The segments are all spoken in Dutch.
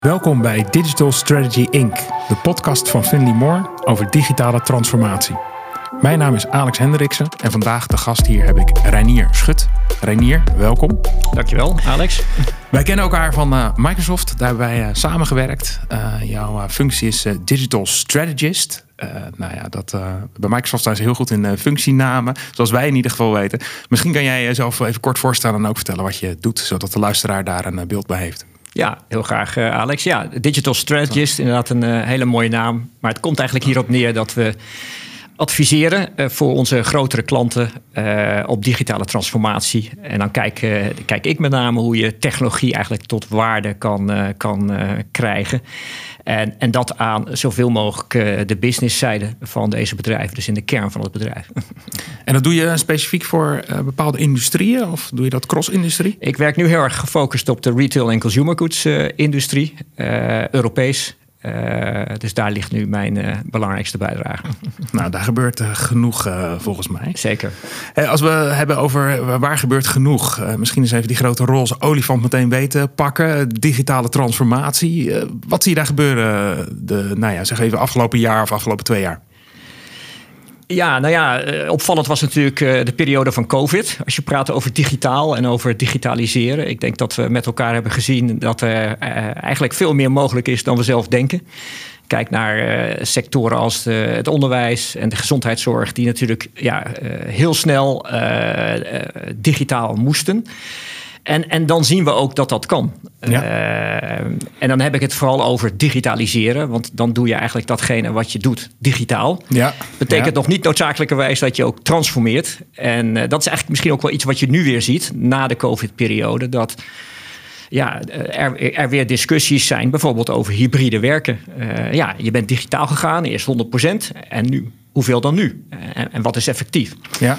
Welkom bij Digital Strategy Inc., de podcast van Finley Moore over digitale transformatie. Mijn naam is Alex Hendriksen en vandaag de gast hier heb ik Reinier Schut. Reinier, welkom. Dankjewel, Alex. Wij kennen elkaar van Microsoft, daar hebben wij samengewerkt. Jouw functie is Digital Strategist. Bij Microsoft zijn ze heel goed in functienamen, zoals wij in ieder geval weten. Misschien kan jij jezelf even kort voorstellen en ook vertellen wat je doet, zodat de luisteraar daar een beeld bij heeft. Ja, heel graag, Alex. Ja, Digital Strategist, inderdaad een hele mooie naam. Maar het komt eigenlijk hierop neer dat we adviseren voor onze grotere klanten op digitale transformatie. En dan kijk ik met name hoe je technologie eigenlijk tot waarde kan krijgen. En dat aan zoveel mogelijk de businesszijde van deze bedrijven. Dus in de kern van het bedrijf. En dat doe je specifiek voor bepaalde industrieën? Of doe je dat cross-industrie? Ik werk nu heel erg gefocust op de retail en consumer goods industrie. Europees. Dus daar ligt nu mijn belangrijkste bijdrage. Nou, daar gebeurt genoeg volgens mij. Zeker. Als we hebben over waar gebeurt genoeg. Misschien eens even die grote roze olifant meteen weten pakken. Digitale transformatie. Wat zie je daar gebeuren zeg even afgelopen jaar of afgelopen 2 jaar? Ja, opvallend was natuurlijk de periode van COVID. Als je praat over digitaal en over digitaliseren. Ik denk dat we met elkaar hebben gezien dat er eigenlijk veel meer mogelijk is dan we zelf denken. Kijk naar sectoren als het onderwijs en de gezondheidszorg, die natuurlijk heel snel digitaal moesten. En dan zien we ook dat dat kan. Ja. En dan heb ik het vooral over digitaliseren. Want dan doe je eigenlijk datgene wat je doet digitaal. Ja. Betekent nog niet noodzakelijkerwijs dat je ook transformeert. En dat is eigenlijk misschien ook wel iets wat je nu weer ziet na de COVID-periode. Dat er weer discussies zijn, bijvoorbeeld over hybride werken. Je bent digitaal gegaan, eerst 100%. En nu, hoeveel dan nu? En wat is effectief? Ja.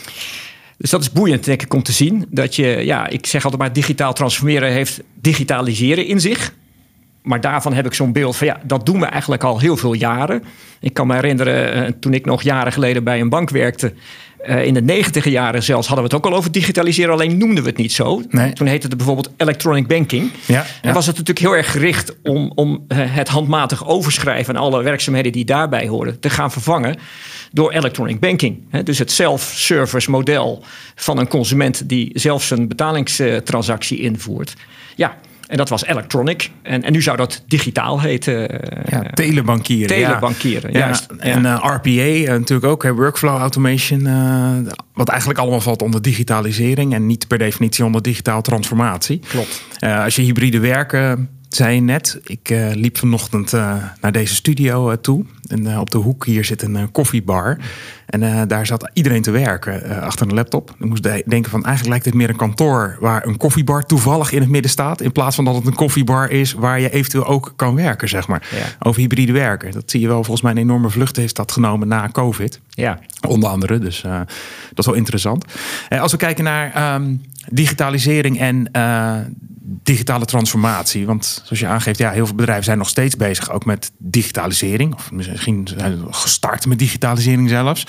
Dus dat is boeiend, denk ik, om te zien. Dat ik zeg altijd maar, digitaal transformeren heeft digitaliseren in zich. Maar daarvan heb ik zo'n beeld van, dat doen we eigenlijk al heel veel jaren. Ik kan me herinneren, toen ik nog jaren geleden bij een bank werkte, in de 90e jaren zelfs hadden we het ook al over digitaliseren, alleen noemden we het niet zo. Nee. Toen heette het bijvoorbeeld electronic banking. Ja. En was het natuurlijk heel erg gericht om het handmatig overschrijven en alle werkzaamheden die daarbij hoorden te gaan vervangen door electronic banking. Dus het self-service model van een consument die zelf zijn betalingstransactie invoert. Ja. En dat was electronic. En nu zou dat digitaal heten. Telebankieren. Telebankieren, juist. En RPA natuurlijk ook, workflow automation. Wat eigenlijk allemaal valt onder digitalisering en niet per definitie onder digitale transformatie. Klopt. Als je hybride werken, zei je net, ik liep vanochtend naar deze studio toe. En op de hoek hier zit een koffiebar. En daar zat iedereen te werken achter een laptop. Ik moest denken van, eigenlijk lijkt het meer een kantoor waar een koffiebar toevallig in het midden staat. In plaats van dat het een koffiebar is waar je eventueel ook kan werken, zeg maar. Ja. Over hybride werken. Dat zie je wel, volgens mij een enorme vlucht heeft dat genomen na COVID. Ja. Onder andere, dus dat is wel interessant. Als we kijken naar digitalisering en digitale transformatie. Want zoals je aangeeft, heel veel bedrijven zijn nog steeds bezig ook met digitalisering. Of misschien zijn ze gestart met digitalisering zelfs.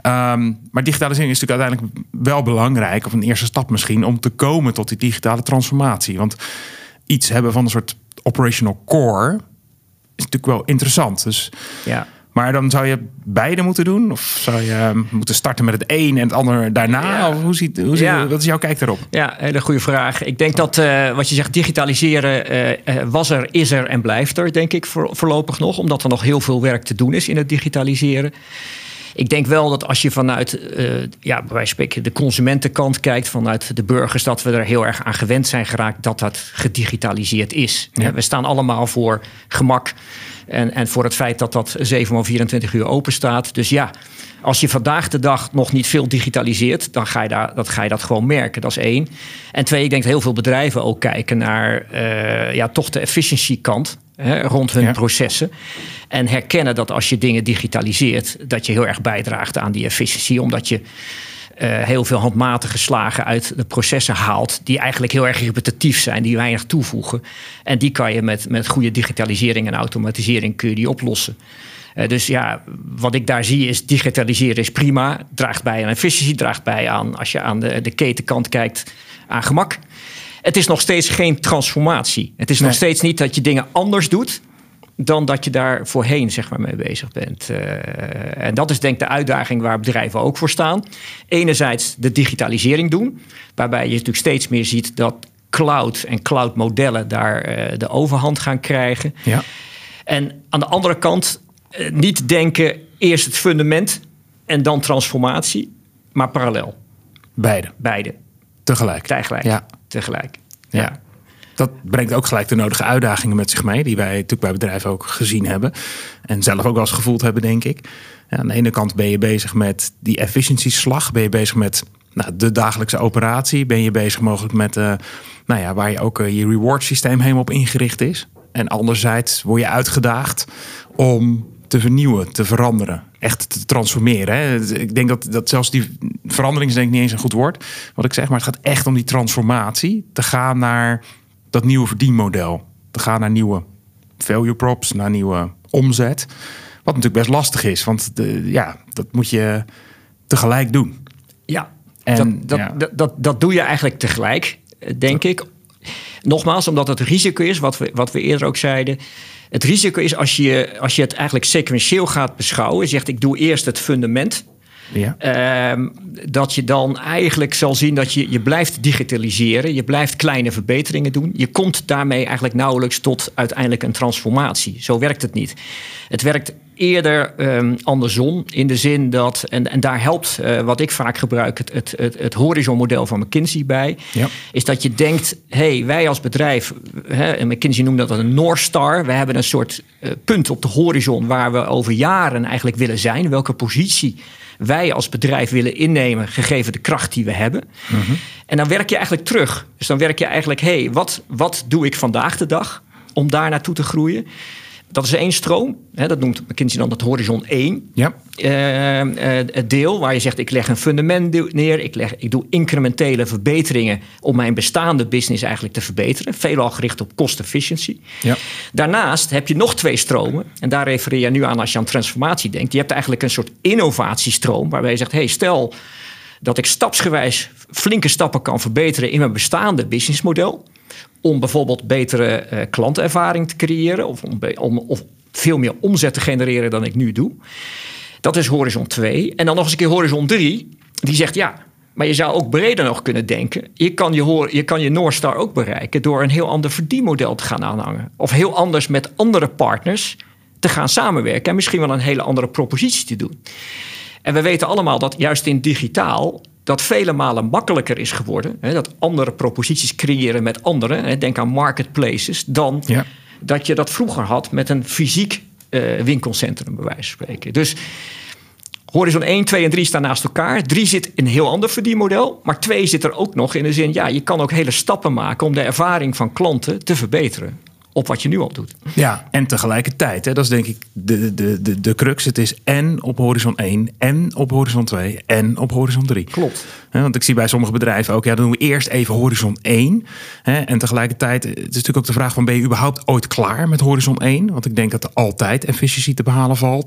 Maar digitalisering is natuurlijk uiteindelijk wel belangrijk, of een eerste stap misschien, om te komen tot die digitale transformatie. Want iets hebben van een soort operational core is natuurlijk wel interessant. Dus ja. Maar dan zou je beide moeten doen? Of zou je moeten starten met het een en het ander daarna? Ja. Of wat is jouw kijk daarop? Ja, hele goede vraag. Ik denk dat wat je zegt, digitaliseren was er, is er en blijft er, denk ik, voorlopig nog. Omdat er nog heel veel werk te doen is in het digitaliseren. Ik denk wel dat als je vanuit bij wijze van spreken de consumentenkant kijkt, vanuit de burgers, dat we er heel erg aan gewend zijn geraakt dat dat gedigitaliseerd is. Ja. We staan allemaal voor gemak en voor het feit dat dat 7x24 uur open staat. Dus als je vandaag de dag nog niet veel digitaliseert, dan ga je dat gewoon merken. Dat is 1. En 2, ik denk dat heel veel bedrijven ook kijken naar toch de efficiëntiekant rond hun processen. En herkennen dat als je dingen digitaliseert, dat je heel erg bijdraagt aan die efficiëntie. Omdat je heel veel handmatige slagen uit de processen haalt die eigenlijk heel erg repetitief zijn, die weinig toevoegen. En die kan je met goede digitalisering en automatisering kun je die oplossen. Dus wat ik daar zie is digitaliseren is prima. Draagt bij aan efficiëntie, draagt bij aan, als je aan de ketenkant kijkt, aan gemak. Het is nog steeds geen transformatie. Het is nog steeds niet dat je dingen anders doet dan dat je daar voorheen zeg maar, mee bezig bent. En dat is denk ik de uitdaging waar bedrijven ook voor staan. Enerzijds de digitalisering doen, waarbij je natuurlijk steeds meer ziet dat cloud en cloudmodellen daar de overhand gaan krijgen. Ja. En aan de andere kant niet denken eerst het fundament en dan transformatie, maar parallel. Beide. Tegelijk. Ja. Ja. Dat brengt ook gelijk de nodige uitdagingen met zich mee, die wij natuurlijk bij bedrijven ook gezien hebben. En zelf ook wel eens gevoeld hebben, denk ik. Ja, aan de ene kant ben je bezig met die efficiëntieslag. Ben je bezig met de dagelijkse operatie. Ben je bezig mogelijk met waar je ook je reward systeem helemaal op ingericht is. En anderzijds word je uitgedaagd om te vernieuwen, te veranderen. Echt te transformeren. Hè. Ik denk dat zelfs die verandering is denk ik niet eens een goed woord. Wat ik zeg, maar het gaat echt om die transformatie. Te gaan naar dat nieuwe verdienmodel. Te gaan naar nieuwe value props, naar nieuwe omzet. Wat natuurlijk best lastig is. Want dat moet je tegelijk doen. Ja, en dat doe je eigenlijk tegelijk, denk ik. Nogmaals, omdat het risico is, wat we eerder ook zeiden. Het risico is als je het eigenlijk sequentieel gaat beschouwen. Zegt ik doe eerst het fundament. Ja. Dat je dan eigenlijk zal zien dat je blijft digitaliseren. Je blijft kleine verbeteringen doen. Je komt daarmee eigenlijk nauwelijks tot uiteindelijk een transformatie. Zo werkt het niet. Het werkt eerder andersom. In de zin dat, en daar helpt wat ik vaak gebruik, het horizonmodel van McKinsey bij. Ja. Is dat je denkt, wij als bedrijf, en McKinsey noemt dat een North Star. We hebben een soort punt op de horizon waar we over jaren eigenlijk willen zijn. Welke positie wij als bedrijf willen innemen, gegeven de kracht die we hebben. Mm-hmm. En dan werk je eigenlijk terug. Dus dan werk je eigenlijk, wat doe ik vandaag de dag om daar naartoe te groeien? Dat is één stroom. Dat noemt McKinsey dan het horizon 1. Ja. Het deel waar je zegt, ik leg een fundament neer. Ik doe incrementele verbeteringen om mijn bestaande business eigenlijk te verbeteren. Veelal gericht op cost efficiency. Ja. Daarnaast heb je nog 2 stromen. En daar refereer je nu aan als je aan transformatie denkt. Je hebt eigenlijk een soort innovatiestroom waarbij je zegt, stel dat ik stapsgewijs flinke stappen kan verbeteren in mijn bestaande businessmodel. Om bijvoorbeeld betere klantervaring te creëren. Of veel meer omzet te genereren dan ik nu doe. Dat is horizon 2. En dan nog eens een keer horizon 3. Die zegt maar je zou ook breder nog kunnen denken. Je kan je North Star ook bereiken door een heel ander verdienmodel te gaan aanhangen. Of heel anders met andere partners te gaan samenwerken. En misschien wel een hele andere propositie te doen. En we weten allemaal dat juist in digitaal dat vele malen makkelijker is geworden. Dat andere proposities creëren met anderen. Denk aan marketplaces. Dan dat je dat vroeger had met een fysiek winkelcentrum, bij wijze van spreken. Dus horizon 1, 2 en 3 staan naast elkaar. 3 zit in een heel ander verdienmodel. Maar 2 zit er ook nog in de zin, je kan ook hele stappen maken om de ervaring van klanten te verbeteren op wat je nu al doet. Ja, en tegelijkertijd, dat is denk ik de crux. Het is en op horizon 1, en op horizon 2, en op horizon 3. Klopt. Want ik zie bij sommige bedrijven ook, dan doen we eerst even horizon 1. En tegelijkertijd, het is natuurlijk ook de vraag van, ben je überhaupt ooit klaar met horizon 1? Want ik denk dat er altijd efficiëntie te behalen valt.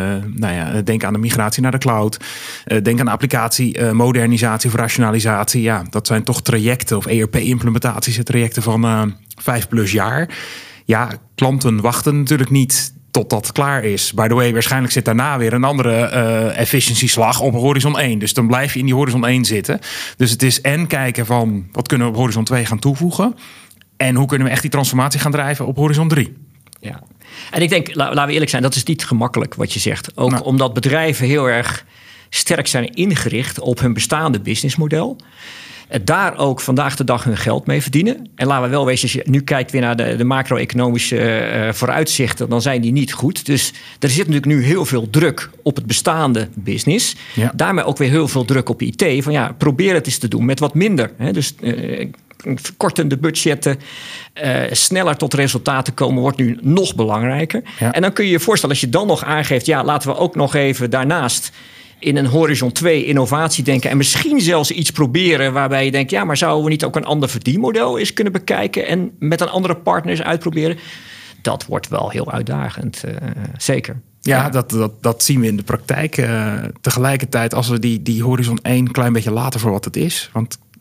Denk aan de migratie naar de cloud. Denk aan de applicatie, modernisatie of rationalisatie. Ja, dat zijn toch trajecten of ERP-implementaties, trajecten van 5+ jaar. Ja, klanten wachten natuurlijk niet tot dat klaar is. By the way, waarschijnlijk zit daarna weer een andere efficiëntieslag op horizon 1. Dus dan blijf je in die horizon 1 zitten. Dus het is en kijken van, wat kunnen we op horizon 2 gaan toevoegen? En hoe kunnen we echt die transformatie gaan drijven op horizon 3? Ja. En ik denk, laten we eerlijk zijn, dat is niet gemakkelijk wat je zegt. Ook omdat bedrijven heel erg sterk zijn ingericht op hun bestaande businessmodel. Daar ook vandaag de dag hun geld mee verdienen. En laten we wel wezen, als je nu kijkt weer naar de macro-economische vooruitzichten, dan zijn die niet goed. Dus er zit natuurlijk nu heel veel druk op het bestaande business. Ja. Daarmee ook weer heel veel druk op IT. Van probeer het eens te doen met wat minder. Dus verkortende budgetten, sneller tot resultaten komen, wordt nu nog belangrijker. Ja. En dan kun je je voorstellen, als je dan nog aangeeft, laten we ook nog even daarnaast in een horizon 2 innovatie denken en misschien zelfs iets proberen waarbij je denkt, maar zouden we niet ook een ander verdienmodel eens kunnen bekijken en met een andere partner eens uitproberen? Dat wordt wel heel uitdagend, zeker. Ja, dat zien we in de praktijk. Tegelijkertijd, als we die horizon 1 klein beetje laten voor wat het is. Want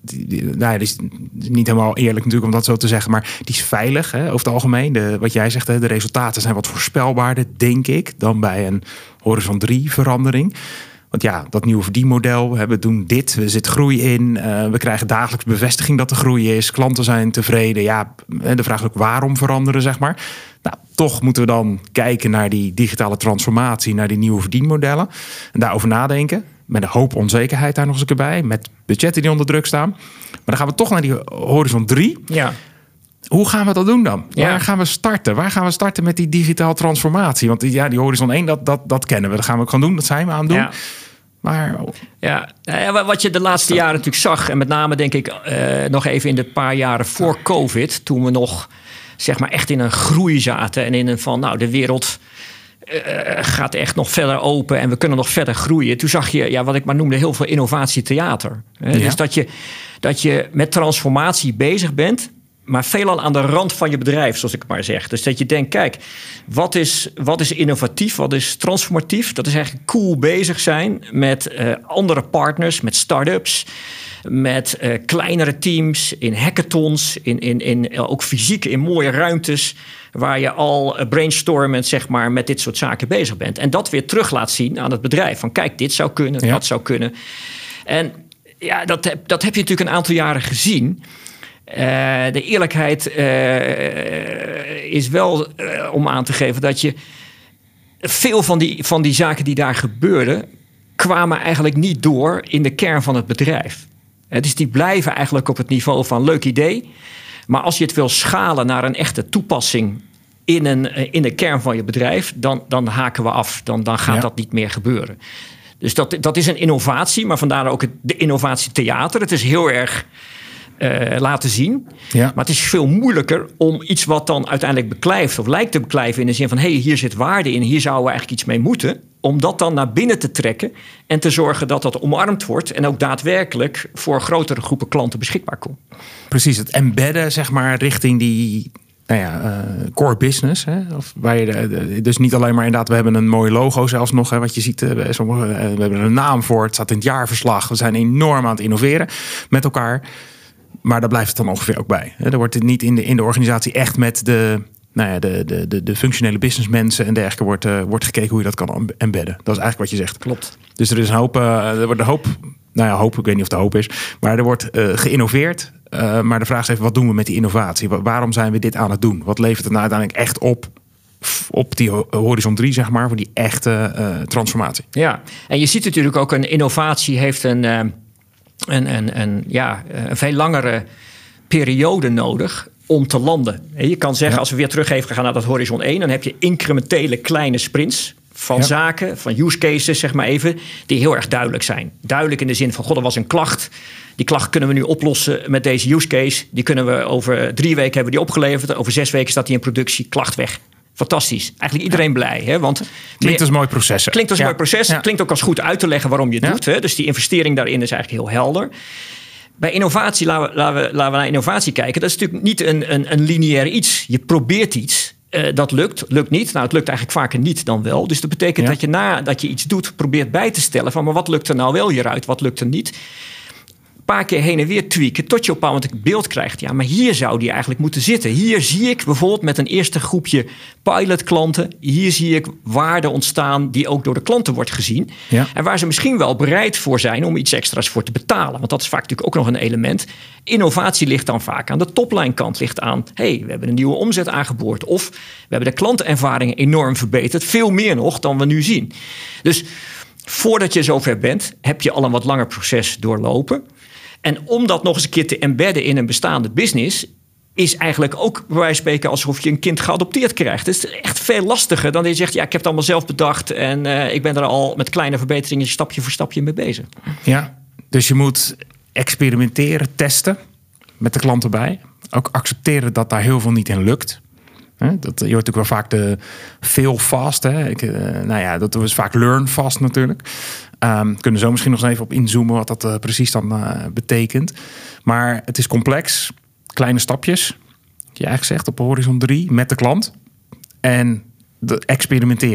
die is niet helemaal eerlijk natuurlijk om dat zo te zeggen, maar die is veilig, hè, over het algemeen. Wat jij zegt, hè, de resultaten zijn wat voorspelbaarder, denk ik, dan bij een Horizon 3 verandering. Want ja, dat nieuwe verdienmodel, we doen dit, er zit groei in. We krijgen dagelijks bevestiging dat er groei is. Klanten zijn tevreden. Ja, de vraag is ook waarom veranderen, zeg maar. Nou, toch moeten we dan kijken naar die digitale transformatie, naar die nieuwe verdienmodellen. En daarover nadenken. Met een hoop onzekerheid daar nog eens bij. Met budgetten die onder druk staan. Maar dan gaan we toch naar die Horizon 3. Ja. Hoe gaan we dat doen dan? Ja. Waar gaan we starten? Waar gaan we starten met die digitale transformatie? Want ja, die Horizon 1, dat kennen we. Dat gaan we ook gaan doen. Dat zijn we aan het doen. Ja. Maar wat je de laatste jaren natuurlijk zag, en met name denk ik nog even in de paar jaren voor COVID, toen we nog zeg maar echt in een groei zaten en in een van de wereld gaat echt nog verder open en we kunnen nog verder groeien. Toen zag je, wat ik maar noemde, heel veel innovatietheater. Ja. Dus dat je met transformatie bezig bent, maar veelal aan de rand van je bedrijf, zoals ik maar zeg. Dus dat je denkt, kijk, wat is innovatief, wat is transformatief? Dat is eigenlijk cool bezig zijn met andere partners, met start-ups, met kleinere teams, in hackathons, in ook fysiek in mooie ruimtes, waar je al brainstormend zeg maar met dit soort zaken bezig bent. En dat weer terug laat zien aan het bedrijf. Van kijk, dit zou kunnen, dat zou kunnen. En ja, dat heb je natuurlijk een aantal jaren gezien. De eerlijkheid is wel om aan te geven dat je veel van die zaken die daar gebeurden, kwamen eigenlijk niet door in de kern van het bedrijf. Dus die blijven eigenlijk op het niveau van leuk idee. Maar als je het wil schalen naar een echte toepassing in de kern van je bedrijf, dan haken we af. Dan gaat dat niet meer gebeuren. Dus dat is een innovatie, maar vandaar ook de innovatietheater. Het is heel erg laten zien. Ja. Maar het is veel moeilijker om iets wat dan uiteindelijk beklijft of lijkt te beklijven in de zin van hier zit waarde in, hier zouden we eigenlijk iets mee moeten, om dat dan naar binnen te trekken en te zorgen dat dat omarmd wordt en ook daadwerkelijk voor grotere groepen klanten beschikbaar komt. Precies, het embedden zeg maar richting die core business. Hè? Of waar je dus niet alleen maar inderdaad, we hebben een mooi logo zelfs nog, wat je ziet. We hebben er een naam voor, het staat in het jaarverslag. We zijn enorm aan het innoveren met elkaar. Maar daar blijft het dan ongeveer ook bij. Er wordt het niet in de organisatie echt met de functionele businessmensen en dergelijke wordt gekeken hoe je dat kan embedden. Dat is eigenlijk wat je zegt. Klopt. Dus er is er wordt een hoop, hoop, ik weet niet of het hoop is, maar er wordt geïnnoveerd. Maar de vraag is even, wat doen we met die innovatie? Waarom zijn we dit aan het doen? Wat levert het nou uiteindelijk echt op die Horizon 3, zeg maar, voor die echte transformatie? Ja, en je ziet natuurlijk ook een innovatie heeft een veel langere periode nodig om te landen. Je kan zeggen, als we weer terug even gaan naar dat Horizon 1... dan heb je incrementele kleine sprints van zaken, van use cases, zeg maar even, die heel erg duidelijk zijn. Duidelijk in de zin van, er was een klacht. Die klacht kunnen we nu oplossen met deze use case. Die kunnen we over 3 weken hebben die opgeleverd. Over 6 weken staat die in productie, klacht weg. Fantastisch. Eigenlijk iedereen blij. Hè? Want klinkt als een mooi proces. Klinkt als een mooi proces. Ja. Klinkt ook als goed uit te leggen waarom je het doet. Hè? Dus die investering daarin is eigenlijk heel helder. Bij innovatie, laten we naar innovatie kijken. Dat is natuurlijk niet een lineair iets. Je probeert iets. Dat lukt niet. Nou, het lukt eigenlijk vaker niet dan wel. Dus dat betekent dat je nadat je iets doet, probeert bij te stellen van, maar wat lukt er nou wel hieruit? Wat lukt er niet? Een paar keer heen en weer tweaken tot je op een bepaald beeld krijgt. Ja, maar hier zou die eigenlijk moeten zitten. Hier zie ik bijvoorbeeld met een eerste groepje pilotklanten, hier zie ik waarde ontstaan die ook door de klanten wordt gezien. Ja. En waar ze misschien wel bereid voor zijn om iets extra's voor te betalen. Want dat is vaak natuurlijk ook nog een element. Innovatie ligt dan vaak aan de topline kant. Ligt aan, we hebben een nieuwe omzet aangeboord. Of we hebben de klantenervaringen enorm verbeterd. Veel meer nog dan we nu zien. Dus voordat je zover bent, heb je al een wat langer proces doorlopen. En om dat nog eens een keer te embedden in een bestaande business, is eigenlijk ook bij wijze van spreken alsof je een kind geadopteerd krijgt. Het is echt veel lastiger dan dat je zegt, ik heb het allemaal zelf bedacht en ik ben er al met kleine verbeteringen stapje voor stapje mee bezig. Ja, dus je moet experimenteren, testen met de klant erbij. Ook accepteren dat daar heel veel niet in lukt. Je hoort natuurlijk wel vaak de fail fast. Dat is vaak learn fast natuurlijk. Kunnen zo misschien nog eens even op inzoomen wat dat precies dan betekent. Maar het is complex. Kleine stapjes. Je eigenlijk zegt op Horizon 3 met de klant. En experimenteren.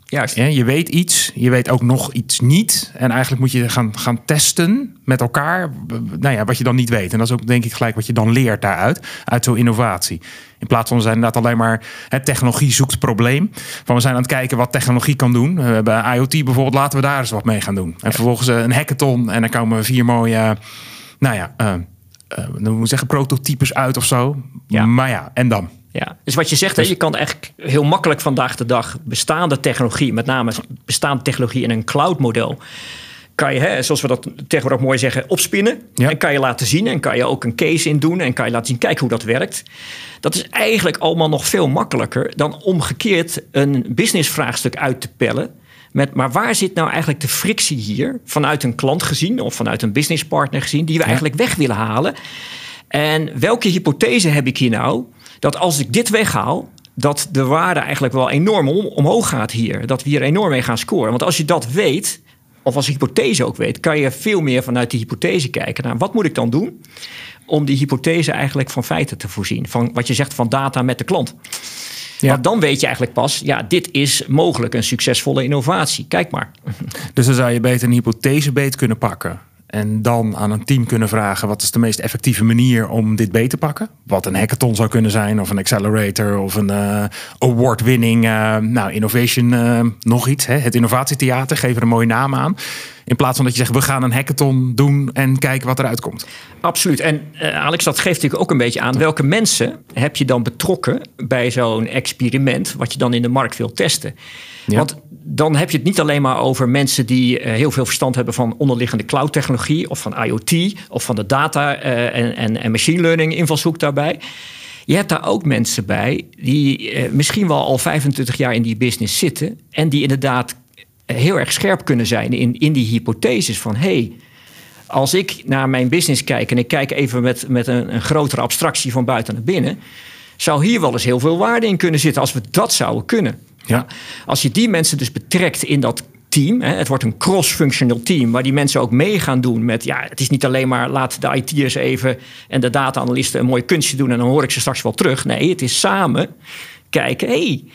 Juist. Ja, je weet iets, je weet ook nog iets niet. En eigenlijk moet je gaan testen met elkaar, wat je dan niet weet. En dat is ook denk ik gelijk wat je dan leert daaruit, uit zo'n innovatie. In plaats van we zijn inderdaad alleen maar technologie zoekt het probleem. Van we zijn aan het kijken wat technologie kan doen. We hebben IoT bijvoorbeeld, laten we daar eens wat mee gaan doen. En vervolgens een hackathon en dan komen 4 mooie, prototypes uit of zo. Ja. Maar ja, en dan? Ja, dus wat je zegt, je kan eigenlijk heel makkelijk vandaag de dag bestaande technologie, met name bestaande technologie in een cloud-model, kan je, zoals we dat tegenwoordig mooi zeggen, opspinnen. Ja. En kan je laten zien en kan je ook een case in doen en kan je laten zien, kijk hoe dat werkt. Dat is eigenlijk allemaal nog veel makkelijker dan omgekeerd een businessvraagstuk uit te pellen. Maar waar zit nou eigenlijk de frictie hier, vanuit een klant gezien of vanuit een businesspartner gezien, die we eigenlijk weg willen halen? En welke hypothese heb ik hier nou? Dat als ik dit weghaal, dat de waarde eigenlijk wel enorm omhoog gaat hier. Dat we hier enorm mee gaan scoren. Want als je dat weet, of als hypothese ook weet, kan je veel meer vanuit die hypothese kijken. Nou, wat moet ik dan doen om die hypothese eigenlijk van feiten te voorzien? Van wat je zegt, van data met de klant. Ja. Want dan weet je eigenlijk pas, dit is mogelijk een succesvolle innovatie. Kijk maar. Dus dan zou je beter een hypothese beet kunnen pakken. En dan aan een team kunnen vragen, wat is de meest effectieve manier om dit beet te pakken? Wat een hackathon zou kunnen zijn, of een accelerator, of een award-winning innovation, nog iets. Het innovatietheater, geef er een mooie naam aan. In plaats van dat je zegt, we gaan een hackathon doen en kijken wat eruit komt. Absoluut. En Alex, dat geeft natuurlijk ook een beetje aan, welke mensen heb je dan betrokken bij zo'n experiment, wat je dan in de markt wil testen? Ja. Want dan heb je het niet alleen maar over mensen die heel veel verstand hebben van onderliggende cloud-technologie of van IoT of van de data en machine learning invalshoek daarbij. Je hebt daar ook mensen bij die misschien wel al 25 jaar in die business zitten en die inderdaad heel erg scherp kunnen zijn in die hypotheses van als ik naar mijn business kijk en ik kijk even met een grotere abstractie van buiten naar binnen, zou hier wel eens heel veel waarde in kunnen zitten als we dat zouden kunnen. Ja. Als je die mensen dus betrekt in dat team, het wordt een cross-functional team, waar die mensen ook mee gaan doen met, het is niet alleen maar laat de IT'ers even en de data-analysten een mooi kunstje doen en dan hoor ik ze straks wel terug. Nee, het is samen kijken,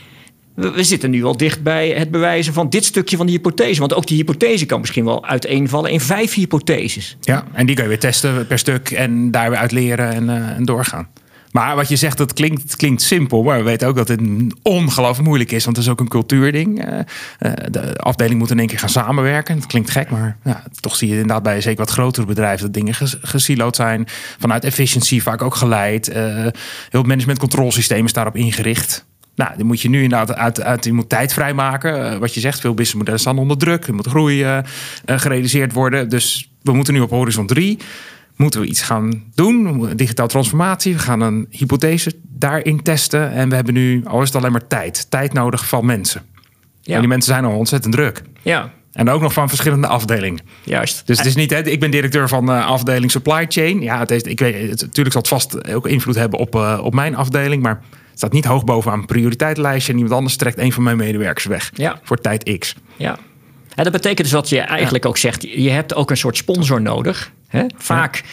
we zitten nu al dicht bij het bewijzen van dit stukje van die hypothese. Want ook die hypothese kan misschien wel uiteenvallen in 5 hypotheses. Ja, en die kan je weer testen per stuk en daar weer uit leren en doorgaan. Maar wat je zegt, dat klinkt simpel. Maar we weten ook dat het ongelooflijk moeilijk is. Want het is ook een cultuurding. De afdeling moet in één keer gaan samenwerken. Dat klinkt gek, maar toch zie je inderdaad bij zeker wat grotere bedrijven dat dingen gesiloed zijn. Vanuit efficiëntie vaak ook geleid. Heel management controlsysteem is daarop ingericht. Nou, die moet je nu inderdaad je moet tijd vrijmaken. Wat je zegt, veel businessmodellen staan onder druk. Er moet groei gerealiseerd worden. Dus we moeten nu op horizon 3... moeten we iets gaan doen, digitale transformatie. We gaan een hypothese daarin testen. En we hebben nu, al is het alleen maar tijd nodig van mensen. Ja. En die mensen zijn al ontzettend druk. Ja. En ook nog van verschillende afdelingen. Juist. Dus het is niet, ik ben directeur van afdeling supply chain. Ja, natuurlijk zal het vast ook invloed hebben op mijn afdeling. Maar het staat niet hoog bovenaan mijn prioriteitenlijstje. En iemand anders trekt een van mijn medewerkers weg voor tijd X. Ja. En dat betekent dus wat je eigenlijk ook zegt. Je hebt ook een soort sponsor nodig. Hè? Vaak,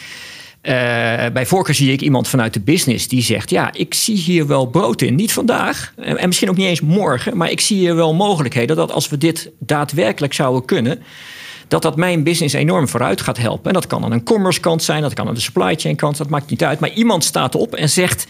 bij voorkeur zie ik iemand vanuit de business die zegt, ik zie hier wel brood in. Niet vandaag en misschien ook niet eens morgen. Maar ik zie hier wel mogelijkheden dat als we dit daadwerkelijk zouden kunnen, dat mijn business enorm vooruit gaat helpen. En dat kan aan een commerce kant zijn. Dat kan aan de supply chain kant. Dat maakt niet uit. Maar iemand staat op en zegt,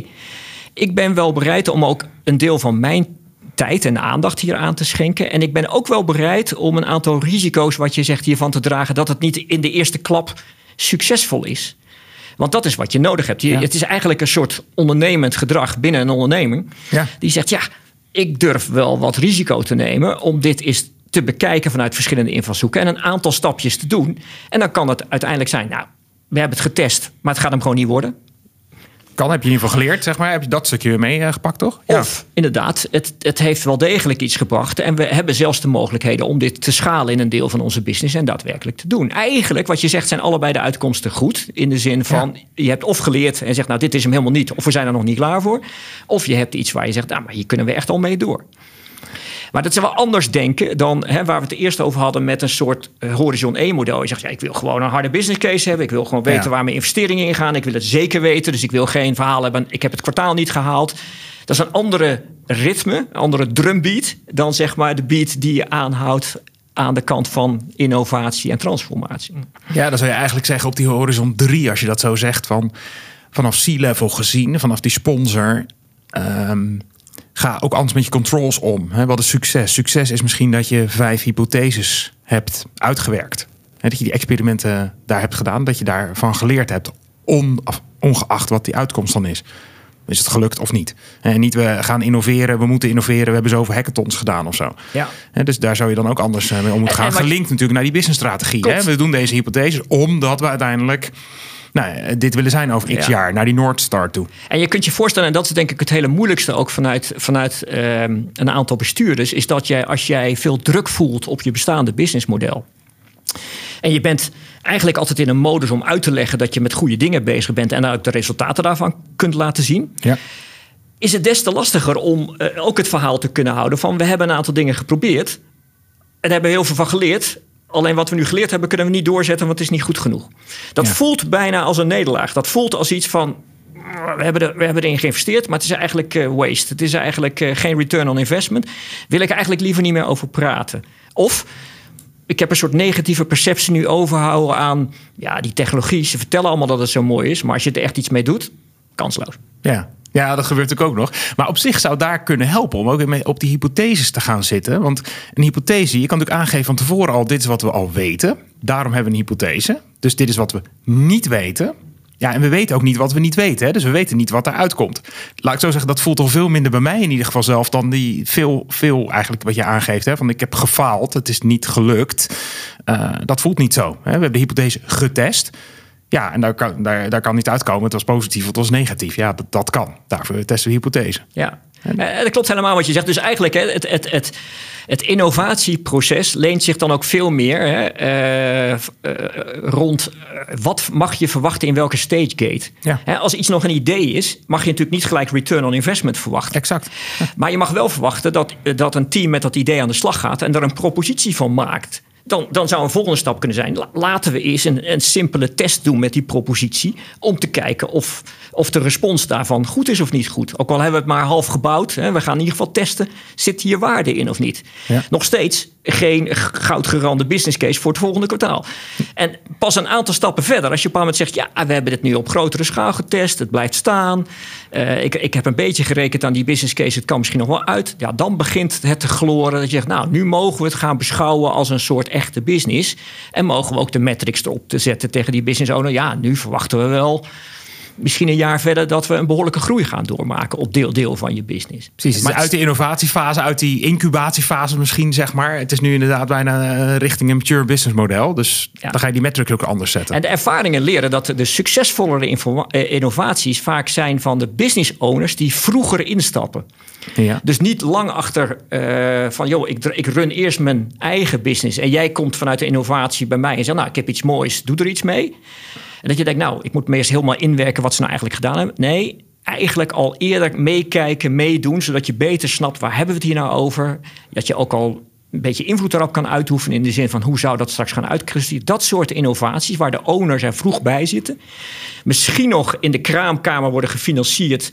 ik ben wel bereid om ook een deel van mijn tijd en aandacht hier aan te schenken. En ik ben ook wel bereid om een aantal risico's, wat je zegt, hiervan te dragen, dat het niet in de eerste klap succesvol is. Want dat is wat je nodig hebt. Het is eigenlijk een soort ondernemend gedrag binnen een onderneming. Ja. Die zegt, ik durf wel wat risico te nemen om dit eens te bekijken vanuit verschillende invalshoeken en een aantal stapjes te doen. En dan kan het uiteindelijk zijn, we hebben het getest, maar het gaat hem gewoon niet worden. Heb je in ieder geval geleerd, zeg maar. Heb je dat stukje weer meegepakt, toch? Of, inderdaad, het heeft wel degelijk iets gebracht. En we hebben zelfs de mogelijkheden om dit te schalen in een deel van onze business en daadwerkelijk te doen. Eigenlijk, wat je zegt, zijn allebei de uitkomsten goed. In de zin van, je hebt of geleerd en zegt, dit is hem helemaal niet. Of we zijn er nog niet klaar voor. Of je hebt iets waar je zegt, maar hier kunnen we echt al mee door. Maar dat is wel anders denken dan waar we het eerst over hadden met een soort horizon 1-model. Je zegt, ik wil gewoon een harde business case hebben. Ik wil gewoon weten waar mijn investeringen in gaan. Ik wil het zeker weten, dus ik wil geen verhaal hebben. Ik heb het kwartaal niet gehaald. Dat is een andere ritme, een andere drumbeat dan zeg maar de beat die je aanhoudt aan de kant van innovatie en transformatie. Ja, dan zou je eigenlijk zeggen op die horizon 3, als je dat zo zegt, vanaf C-level gezien, vanaf die sponsor, ga ook anders met je controls om. Wat is succes? Succes is misschien dat je 5 hypotheses hebt uitgewerkt. Dat je die experimenten daar hebt gedaan, dat je daarvan geleerd hebt, ongeacht wat die uitkomst dan is. Is het gelukt of niet? En niet we gaan innoveren, we moeten innoveren, we hebben zoveel hackathons gedaan of zo. Ja. Dus daar zou je dan ook anders mee om moeten gaan. Gelinkt natuurlijk naar die businessstrategie. We doen deze hypotheses omdat we uiteindelijk dit willen zijn over x jaar, naar die North Star toe. En je kunt je voorstellen, en dat is denk ik het hele moeilijkste ook vanuit een aantal bestuurders, is dat als jij veel druk voelt op je bestaande businessmodel, en je bent eigenlijk altijd in een modus om uit te leggen dat je met goede dingen bezig bent en ook de resultaten daarvan kunt laten zien, is het des te lastiger om ook het verhaal te kunnen houden van we hebben een aantal dingen geprobeerd en daar hebben we heel veel van geleerd. Alleen wat we nu geleerd hebben kunnen we niet doorzetten, want het is niet goed genoeg. Dat voelt bijna als een nederlaag. Dat voelt als iets van we hebben erin geïnvesteerd, maar het is eigenlijk waste. Het is eigenlijk geen return on investment. Wil ik eigenlijk liever niet meer over praten. Of ik heb een soort negatieve perceptie nu overhouden aan die technologie. Ze vertellen allemaal dat het zo mooi is, maar als je er echt iets mee doet, kansloos. Ja, dat gebeurt natuurlijk ook nog. Maar op zich zou daar kunnen helpen om ook op die hypotheses te gaan zitten. Want een hypothese, je kan natuurlijk aangeven van tevoren al, dit is wat we al weten. Daarom hebben we een hypothese. Dus dit is wat we niet weten. Ja, en we weten ook niet wat we niet weten. Hè? Dus we weten niet wat eruit komt. Laat ik zo zeggen, dat voelt al veel minder bij mij in ieder geval zelf dan die veel eigenlijk wat je aangeeft. Hè? Van ik heb gefaald, het is niet gelukt. Dat voelt niet zo. Hè? We hebben de hypothese getest. Ja, en daar kan niet uitkomen. Het was positief, het was negatief. Ja, dat kan. Daarvoor testen we hypothese. Ja, dat klopt helemaal wat je zegt. Dus eigenlijk het innovatieproces leent zich dan ook veel meer rond wat mag je verwachten in welke stage gate. Ja. Als iets nog een idee is, mag je natuurlijk niet gelijk return on investment verwachten. Exact. Ja. Maar je mag wel verwachten dat een team met dat idee aan de slag gaat en er een propositie van maakt. Dan zou een volgende stap kunnen zijn, laten we eens een simpele test doen met die propositie om te kijken of de respons daarvan goed is of niet goed. Ook al hebben we het maar half gebouwd, we gaan in ieder geval testen, zit hier waarde in of niet? Ja. Nog steeds geen goudgerande business case voor het volgende kwartaal. En pas een aantal stappen verder, als je op een moment zegt, we hebben dit nu op grotere schaal getest, het blijft staan. Ik heb een beetje gerekend aan die business case, het kan misschien nog wel uit. Ja, dan begint het te gloren dat je zegt, nu mogen we het gaan beschouwen als een soort echte business. En mogen we ook de metrics erop te zetten tegen die business owner. Ja, nu verwachten we wel misschien een jaar verder dat we een behoorlijke groei gaan doormaken op deel van je business. Precies, maar uit de innovatiefase, uit die incubatiefase misschien, zeg maar. Het is nu inderdaad bijna richting een mature business model. Dus dan ga je die metrics ook anders zetten. En de ervaringen leren dat de succesvollere innovaties vaak zijn van de business owners die vroeger instappen. Ja. Dus niet lang achter van, ik run eerst mijn eigen business en jij komt vanuit de innovatie bij mij en zegt, ik heb iets moois, doe er iets mee. En dat je denkt, ik moet me eerst helemaal inwerken wat ze nou eigenlijk gedaan hebben. Nee, eigenlijk al eerder meekijken, meedoen, zodat je beter snapt waar hebben we het hier nou over. Dat je ook al een beetje invloed erop kan uitoefenen in de zin van hoe zou dat straks gaan uitkristalliseren. Dat soort innovaties waar de owners er vroeg bij zitten. Misschien nog in de kraamkamer worden gefinancierd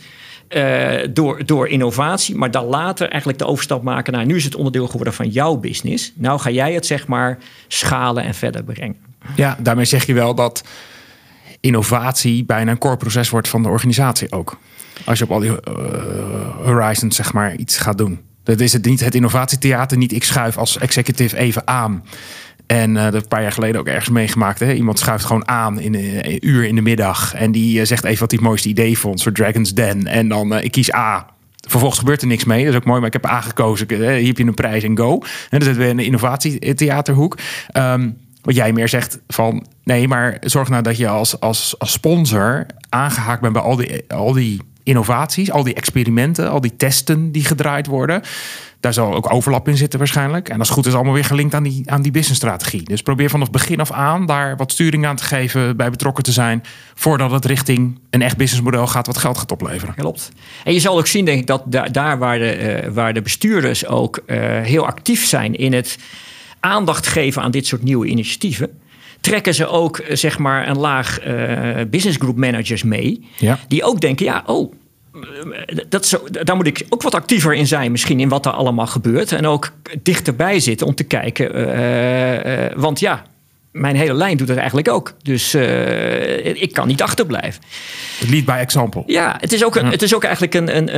door innovatie, maar dan later eigenlijk de overstap maken. Nu is het onderdeel geworden van jouw business. Nou ga jij het zeg maar schalen en verder brengen. Ja, daarmee zeg je wel dat innovatie bijna een core proces wordt van de organisatie ook. Als je op al die horizons zeg maar iets gaat doen. Dat is het niet het innovatietheater, niet ik schuif als executive even aan. En dat heb ik een paar jaar geleden ook ergens meegemaakt. Hè? Iemand schuift gewoon aan in een uur in de middag. En die zegt even wat hij het mooiste idee vond. Voor Dragon's Den. En dan ik kies A. Vervolgens gebeurt er niks mee. Dat is ook mooi, maar ik heb A gekozen. Hier heb je een prijs en go. En dan zitten we in de innovatietheaterhoek. Wat jij meer zegt van, nee, maar zorg nou dat je als sponsor aangehaakt bent bij al die innovaties, al die experimenten, al die testen die gedraaid worden. Daar zal ook overlap in zitten waarschijnlijk. En als het goed is allemaal weer gelinkt aan die businessstrategie. Dus probeer vanaf begin af aan daar wat sturing aan te geven, bij betrokken te zijn, voordat het richting een echt businessmodel gaat wat geld gaat opleveren. Klopt. En je zal ook zien, denk ik, dat daar waar de bestuurders ook heel actief zijn in het aandacht geven aan dit soort nieuwe initiatieven, trekken ze ook zeg maar een laag business group managers mee. Ja. Die ook denken, Daar moet ik ook wat actiever in zijn misschien in wat er allemaal gebeurt. En ook dichterbij zitten om te kijken. Want ja, mijn hele lijn doet het eigenlijk ook. Dus ik kan niet achterblijven. Lead by example. Ja, het is ook eigenlijk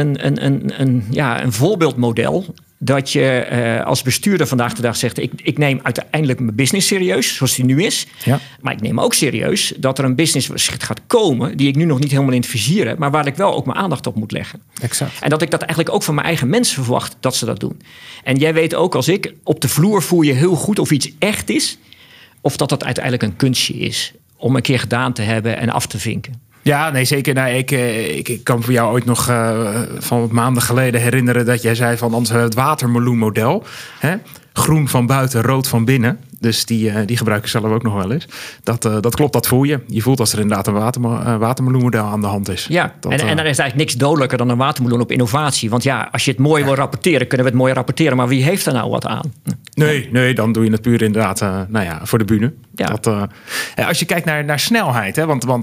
een voorbeeldmodel. Dat je als bestuurder vandaag de dag zegt... ik neem uiteindelijk mijn business serieus, zoals die nu is. Ja. Maar ik neem ook serieus dat er een business gaat komen... die ik nu nog niet helemaal in het vizier heb... maar waar ik wel ook mijn aandacht op moet leggen. Exact. En dat ik dat eigenlijk ook van mijn eigen mensen verwacht dat ze dat doen. En jij weet ook als ik, op de vloer voel je heel goed of iets echt is... of dat uiteindelijk een kunstje is om een keer gedaan te hebben en af te vinken. Ja, nee, zeker. Nou, ik kan voor jou ooit nog van maanden geleden herinneren... dat jij zei van het watermeloenmodel. Hè? Groen van buiten, rood van binnen. Dus die gebruik ik zelf ook nog wel eens. Dat klopt, dat voel je. Je voelt als er inderdaad een watermeloenmodel aan de hand is. Ja, en er is eigenlijk niks dodelijker dan een watermeloen op innovatie. Want ja, als je het mooi wil rapporteren, kunnen we het mooi rapporteren. Maar wie heeft er nou wat aan? Nee, dan doe je het puur inderdaad voor de bühne. Ja. Als je kijkt naar snelheid, hè, want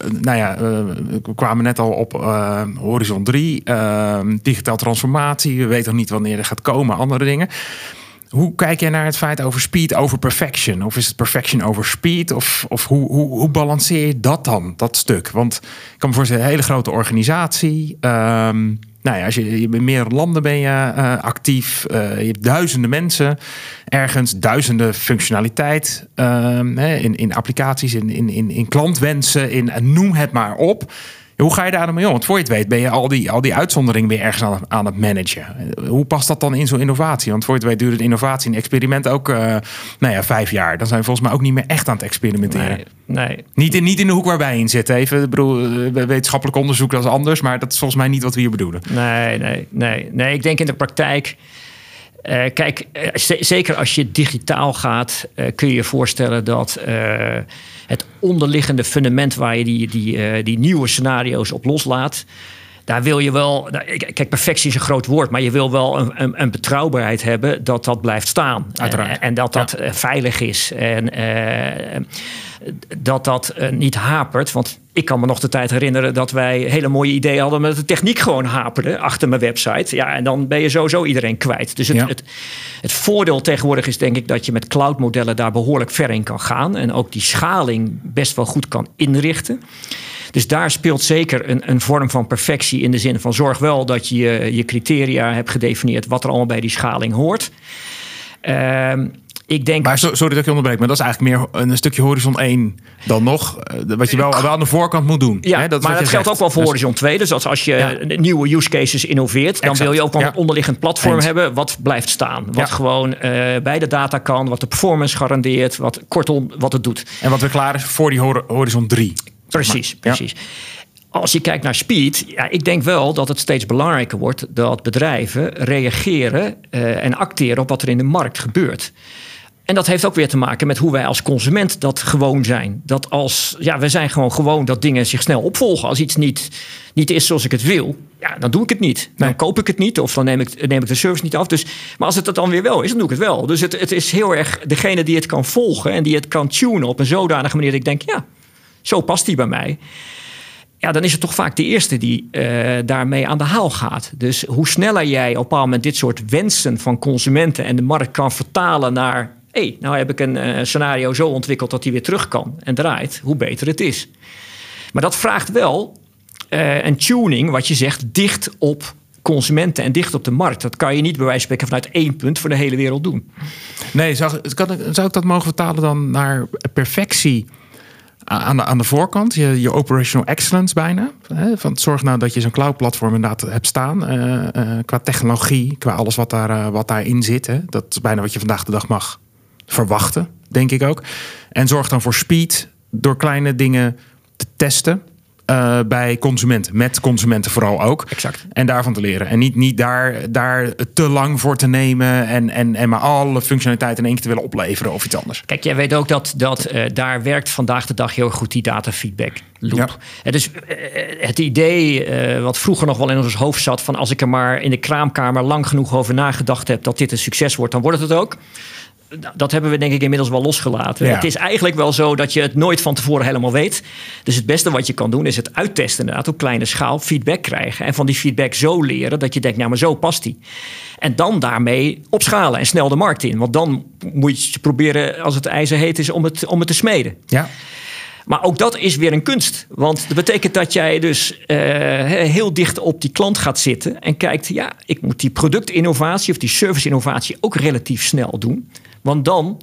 we kwamen net al op Horizon 3, digitaal transformatie. We weten nog niet wanneer er gaat komen, andere dingen. Hoe kijk jij naar het feit over speed over perfection? Of is het perfection over speed? Of hoe balanceer je dat dan, dat stuk? Want ik kan me voorstellen, een hele grote organisatie. Als je in meerdere landen ben je actief. Je hebt duizenden mensen ergens, duizenden functionaliteit in applicaties, in klantwensen, noem het maar op. Hoe ga je daar dan mee om? Want voor je het weet ben je al die uitzonderingen weer ergens aan het managen. Hoe past dat dan in zo'n innovatie? Want voor je het weet duurt een innovatie, een experiment ook 5 jaar. Dan zijn we volgens mij ook niet meer echt aan het experimenteren. Nee. Niet in de hoek waar wij in zitten. Even, ik bedoel, wetenschappelijk onderzoek dat is anders, maar dat is volgens mij niet wat we hier bedoelen. Nee. Ik denk in de praktijk. Kijk, zeker als je digitaal gaat, kun je je voorstellen dat het onderliggende fundament waar je die nieuwe scenario's op loslaat, daar wil je wel. Kijk, perfectie is een groot woord, maar je wil wel een betrouwbaarheid hebben dat blijft staan. Uiteraard. En dat veilig is. En dat niet hapert. Want ik kan me nog de tijd herinneren dat wij hele mooie ideeën hadden, maar dat de techniek gewoon haperde achter mijn website. Ja, en dan ben je sowieso iedereen kwijt. Dus het voordeel tegenwoordig is denk ik dat je met cloudmodellen daar behoorlijk ver in kan gaan. En ook die schaling best wel goed kan inrichten. Dus daar speelt zeker een vorm van perfectie in de zin van zorg wel dat je je criteria hebt gedefinieerd wat er allemaal bij die schaling hoort. Ik denk. Maar sorry dat ik je onderbreek, maar dat is eigenlijk meer een stukje Horizon 1 dan nog. Wat je wel aan de voorkant moet doen. Ja, hè? maar dat geldt ook wel voor Horizon 2. Dus als je nieuwe use cases innoveert, dan wil je ook wel een onderliggend platform hebben wat blijft staan. Wat gewoon bij de data kan, wat de performance garandeert, kortom, wat het doet. En wat weer klaar is voor die Horizon 3. Precies. Als je kijkt naar speed, ik denk wel dat het steeds belangrijker wordt dat bedrijven reageren en acteren op wat er in de markt gebeurt. En dat heeft ook weer te maken met hoe wij als consument dat gewoon zijn. We zijn gewoon dat dingen zich snel opvolgen. Als iets niet is zoals ik het wil, dan doe ik het niet. Dan koop ik het niet of dan neem ik de service niet af. Maar als het dan weer wel is, dan doe ik het wel. Dus het is heel erg degene die het kan volgen en die het kan tunen op een zodanige manier dat ik denk, zo past die bij mij. Ja, dan is het toch vaak de eerste die daarmee aan de haal gaat. Dus hoe sneller jij op een bepaald moment dit soort wensen van consumenten en de markt kan vertalen naar, nou heb ik een scenario zo ontwikkeld dat die weer terug kan en draait, hoe beter het is. Maar dat vraagt wel een tuning, wat je zegt, dicht op consumenten en dicht op de markt. Dat kan je niet bij wijze van spreken vanuit 1 punt voor de hele wereld doen. Nee, zou ik dat mogen vertalen dan naar perfectie? Aan de voorkant, je operational excellence bijna. Van zorg nou dat je zo'n cloud-platform inderdaad hebt staan. Qua technologie, qua alles wat daarin zit. Hè. Dat is bijna wat je vandaag de dag mag verwachten, denk ik ook. En zorg dan voor speed door kleine dingen te testen. Bij consumenten, met consumenten vooral ook. Exact. En daarvan te leren. En niet daar te lang voor te nemen en maar alle functionaliteiten in één keer te willen opleveren of iets anders. Kijk, jij weet ook dat daar werkt vandaag de dag heel goed die datafeedback. loop. Ja. Dus het idee wat vroeger nog wel in ons hoofd zat... van als ik er maar in de kraamkamer lang genoeg over nagedacht heb... dat dit een succes wordt, dan wordt het ook. Dat hebben we denk ik inmiddels wel losgelaten. Ja. Het is eigenlijk wel zo dat je het nooit van tevoren helemaal weet. Dus het beste wat je kan doen is het uittesten inderdaad op kleine schaal. Feedback krijgen en van die feedback zo leren dat je denkt, nou maar zo past die. En dan daarmee opschalen en snel de markt in. Want dan moet je proberen, als het ijzer heet is, om het te smeden. Ja. Maar ook dat is weer een kunst. Want dat betekent dat jij dus heel dicht op die klant gaat zitten... en kijkt, ja, ik moet die productinnovatie of die serviceinnovatie ook relatief snel doen. Want dan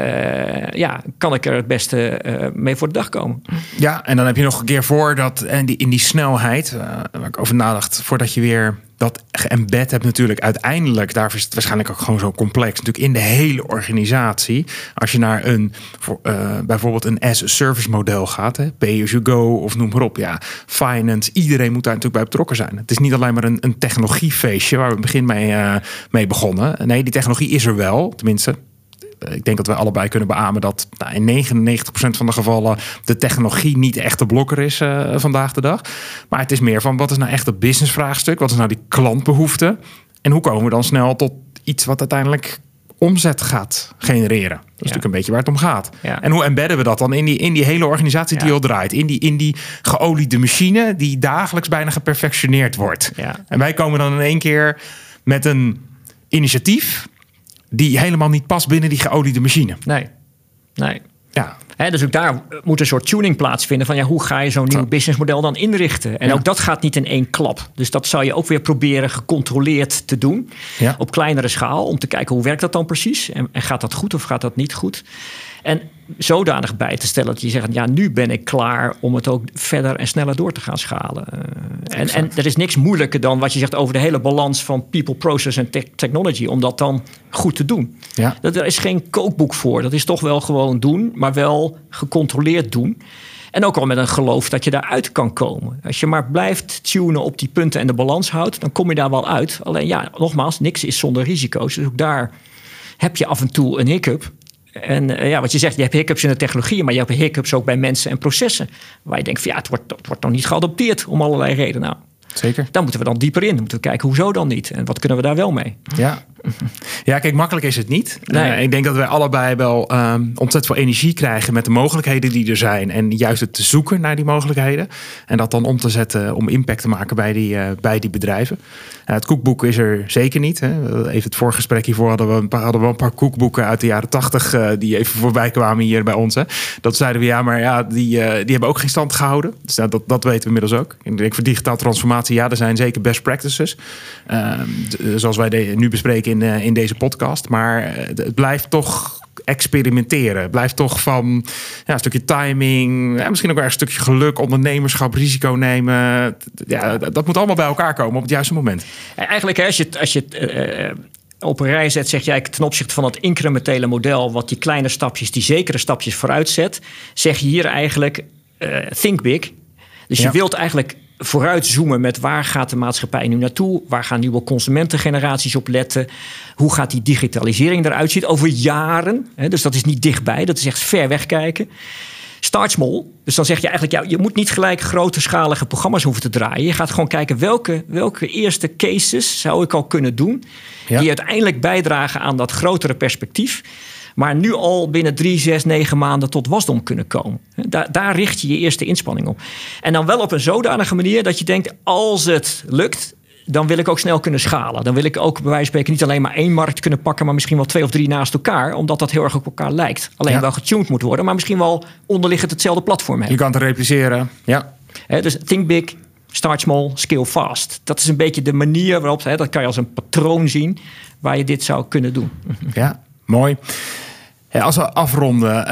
kan ik er het beste mee voor de dag komen. Ja, en dan heb je nog een keer voor dat in die snelheid... waar ik over nadacht, voordat je weer dat geëmbed hebt natuurlijk uiteindelijk... daar is het waarschijnlijk ook gewoon zo complex. Natuurlijk in de hele organisatie. Als je naar bijvoorbeeld een as-a-service model gaat... pay-as-you-go of noem maar op. Ja, finance, iedereen moet daar natuurlijk bij betrokken zijn. Het is niet alleen maar een technologiefeestje... waar we in het begin mee begonnen. Nee, die technologie is er wel, tenminste... Ik denk dat we allebei kunnen beamen dat in 99% van de gevallen de technologie niet echt de blokker is vandaag de dag. Maar het is meer van wat is nou echt het businessvraagstuk? Wat is nou die klantbehoefte? En hoe komen we dan snel tot iets wat uiteindelijk omzet gaat genereren? Dat is natuurlijk een beetje waar het om gaat. Ja. En hoe embedden we dat dan in die hele organisatie die al draait? In die geoliede machine die dagelijks bijna geperfectioneerd wordt. Ja. En wij komen dan in één keer met een initiatief... die helemaal niet past binnen die geoliede machine. Nee. Ja. Dus ook daar moet een soort tuning plaatsvinden... van hoe ga je zo'n nieuw businessmodel dan inrichten? En ook dat gaat niet in één klap. Dus dat zou je ook weer proberen gecontroleerd te doen... op kleinere schaal, om te kijken hoe werkt dat dan precies? En gaat dat goed of gaat dat niet goed? En zodanig bij te stellen dat je zegt... nu ben ik klaar om het ook verder en sneller door te gaan schalen. En er is niks moeilijker dan wat je zegt... over de hele balans van people, process en technology... om dat dan goed te doen. Ja. Er is geen kookboek voor. Dat is toch wel gewoon doen, maar wel gecontroleerd doen. En ook al met een geloof dat je daaruit kan komen. Als je maar blijft tunen op die punten en de balans houdt... dan kom je daar wel uit. Alleen nogmaals, niks is zonder risico's. Dus ook daar heb je af en toe een hiccup... En wat je zegt, je hebt hiccups in de technologie... maar je hebt hiccups ook bij mensen en processen... waar je denkt, het wordt nog niet geadopteerd... om allerlei redenen. Nou, zeker. Dan moeten we dan dieper in. Dan moeten we kijken, hoezo dan niet? En wat kunnen we daar wel mee? Ja, kijk, makkelijk is het niet. Nee. Ik denk dat wij allebei wel ontzettend veel energie krijgen... met de mogelijkheden die er zijn. En juist het te zoeken naar die mogelijkheden. En dat dan om te zetten om impact te maken bij die bedrijven. Het koekboek is er zeker niet. Hè. Even het voorgesprek hiervoor hadden we een paar koekboeken uit de jaren 80... die even voorbij kwamen hier bij ons. Hè. Dat zeiden we, die hebben ook geen stand gehouden. Dus dat weten we inmiddels ook. Ik denk voor digitale transformatie, er zijn zeker best practices. Zoals wij nu bespreken in deze podcast. Maar het blijft toch experimenteren. Het blijft toch van een stukje timing, misschien ook wel een stukje geluk, ondernemerschap, risico nemen. Dat moet allemaal bij elkaar komen op het juiste moment. Eigenlijk, als je het op een rij zet, zeg jij ten opzichte van het incrementele model, wat die kleine stapjes, die zekere stapjes vooruit zet, zeg je hier eigenlijk think big. Dus je wilt eigenlijk vooruitzoomen met waar gaat de maatschappij nu naartoe? Waar gaan nieuwe consumentengeneraties op letten? Hoe gaat die digitalisering eruit zien over jaren? Dus dat is niet dichtbij, dat is echt ver weg kijken. Start small. Dus dan zeg je eigenlijk, je moet niet gelijk grootschalige programma's hoeven te draaien. Je gaat gewoon kijken welke eerste cases zou ik al kunnen doen... die uiteindelijk bijdragen aan dat grotere perspectief... maar nu al binnen 3, 6, 9 maanden tot wasdom kunnen komen. Daar richt je eerste inspanning op. En dan wel op een zodanige manier dat je denkt, als het lukt, dan wil ik ook snel kunnen schalen. Dan wil ik ook bij wijze van spreken niet alleen maar 1 markt kunnen pakken, maar misschien wel 2 of 3 naast elkaar, omdat dat heel erg op elkaar lijkt. Alleen wel getuned moet worden, maar misschien wel onderliggend hetzelfde platform hebben. Je kan het repliceren, dus think big, start small, scale fast. Dat is een beetje de manier waarop, dat kan je als een patroon zien, waar je dit zou kunnen doen. Ja, mooi. Als we afronden,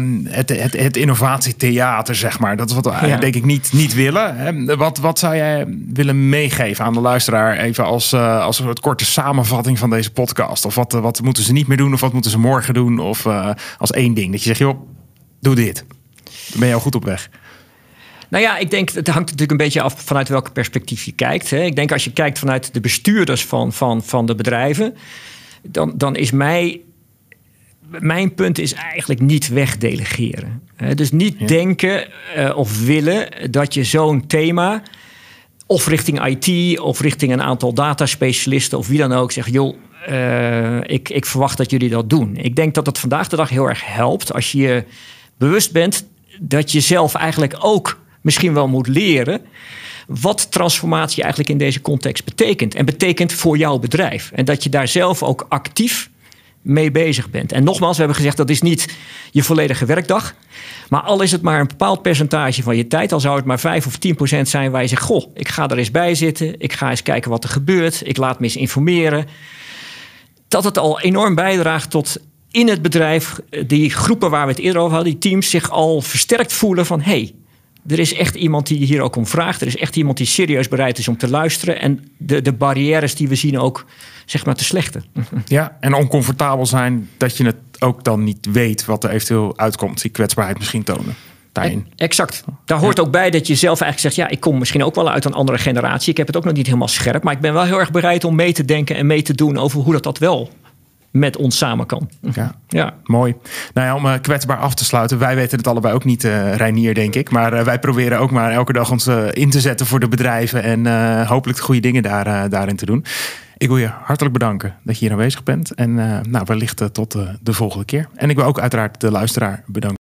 het innovatietheater, zeg maar. Dat is wat we denk ik niet willen. Wat zou jij willen meegeven aan de luisteraar? Even als een soort korte samenvatting van deze podcast. Of wat moeten ze niet meer doen? Of wat moeten ze morgen doen? Of als 1 ding. Dat je zegt, joh, doe dit. Dan ben je al goed op weg. Nou ja, ik denk, het hangt natuurlijk een beetje af vanuit welk perspectief je kijkt. Ik denk als je kijkt vanuit de bestuurders van de bedrijven, dan is mij mijn punt is eigenlijk niet wegdelegeren. Dus niet denken of willen dat je zo'n thema, of richting IT of richting een aantal dataspecialisten of wie dan ook, zegt, joh, ik verwacht dat jullie dat doen. Ik denk dat het vandaag de dag heel erg helpt als je je bewust bent dat je zelf eigenlijk ook misschien wel moet leren wat transformatie eigenlijk in deze context betekent. En betekent voor jouw bedrijf. En dat je daar zelf ook actief mee bezig bent. En nogmaals, we hebben gezegd, dat is niet je volledige werkdag. Maar al is het maar een bepaald percentage van je tijd, al zou het maar 5 of 10% zijn waar je zegt, goh, ik ga er eens bij zitten. Ik ga eens kijken wat er gebeurt. Ik laat me eens informeren. Dat het al enorm bijdraagt tot in het bedrijf die groepen waar we het eerder over hadden, die teams zich al versterkt voelen van, hey, er is echt iemand die hier ook om vraagt. Er is echt iemand die serieus bereid is om te luisteren. En de barrières die we zien ook, zeg maar, te slechten. Ja, en oncomfortabel zijn dat je het ook dan niet weet wat er eventueel uitkomt. Die kwetsbaarheid misschien tonen daarin. Exact. Daar hoort ook bij dat je zelf eigenlijk zegt, ja, ik kom misschien ook wel uit een andere generatie. Ik heb het ook nog niet helemaal scherp. Maar ik ben wel heel erg bereid om mee te denken en mee te doen over hoe dat wel met ons samen kan. Ja, mooi. Nou ja, om kwetsbaar af te sluiten. Wij weten het allebei ook niet, Reinier, denk ik. Maar wij proberen ook maar elke dag ons in te zetten voor de bedrijven. En hopelijk de goede dingen daarin te doen. Ik wil je hartelijk bedanken dat je hier aanwezig bent. En wellicht tot de volgende keer. En ik wil ook uiteraard de luisteraar bedanken.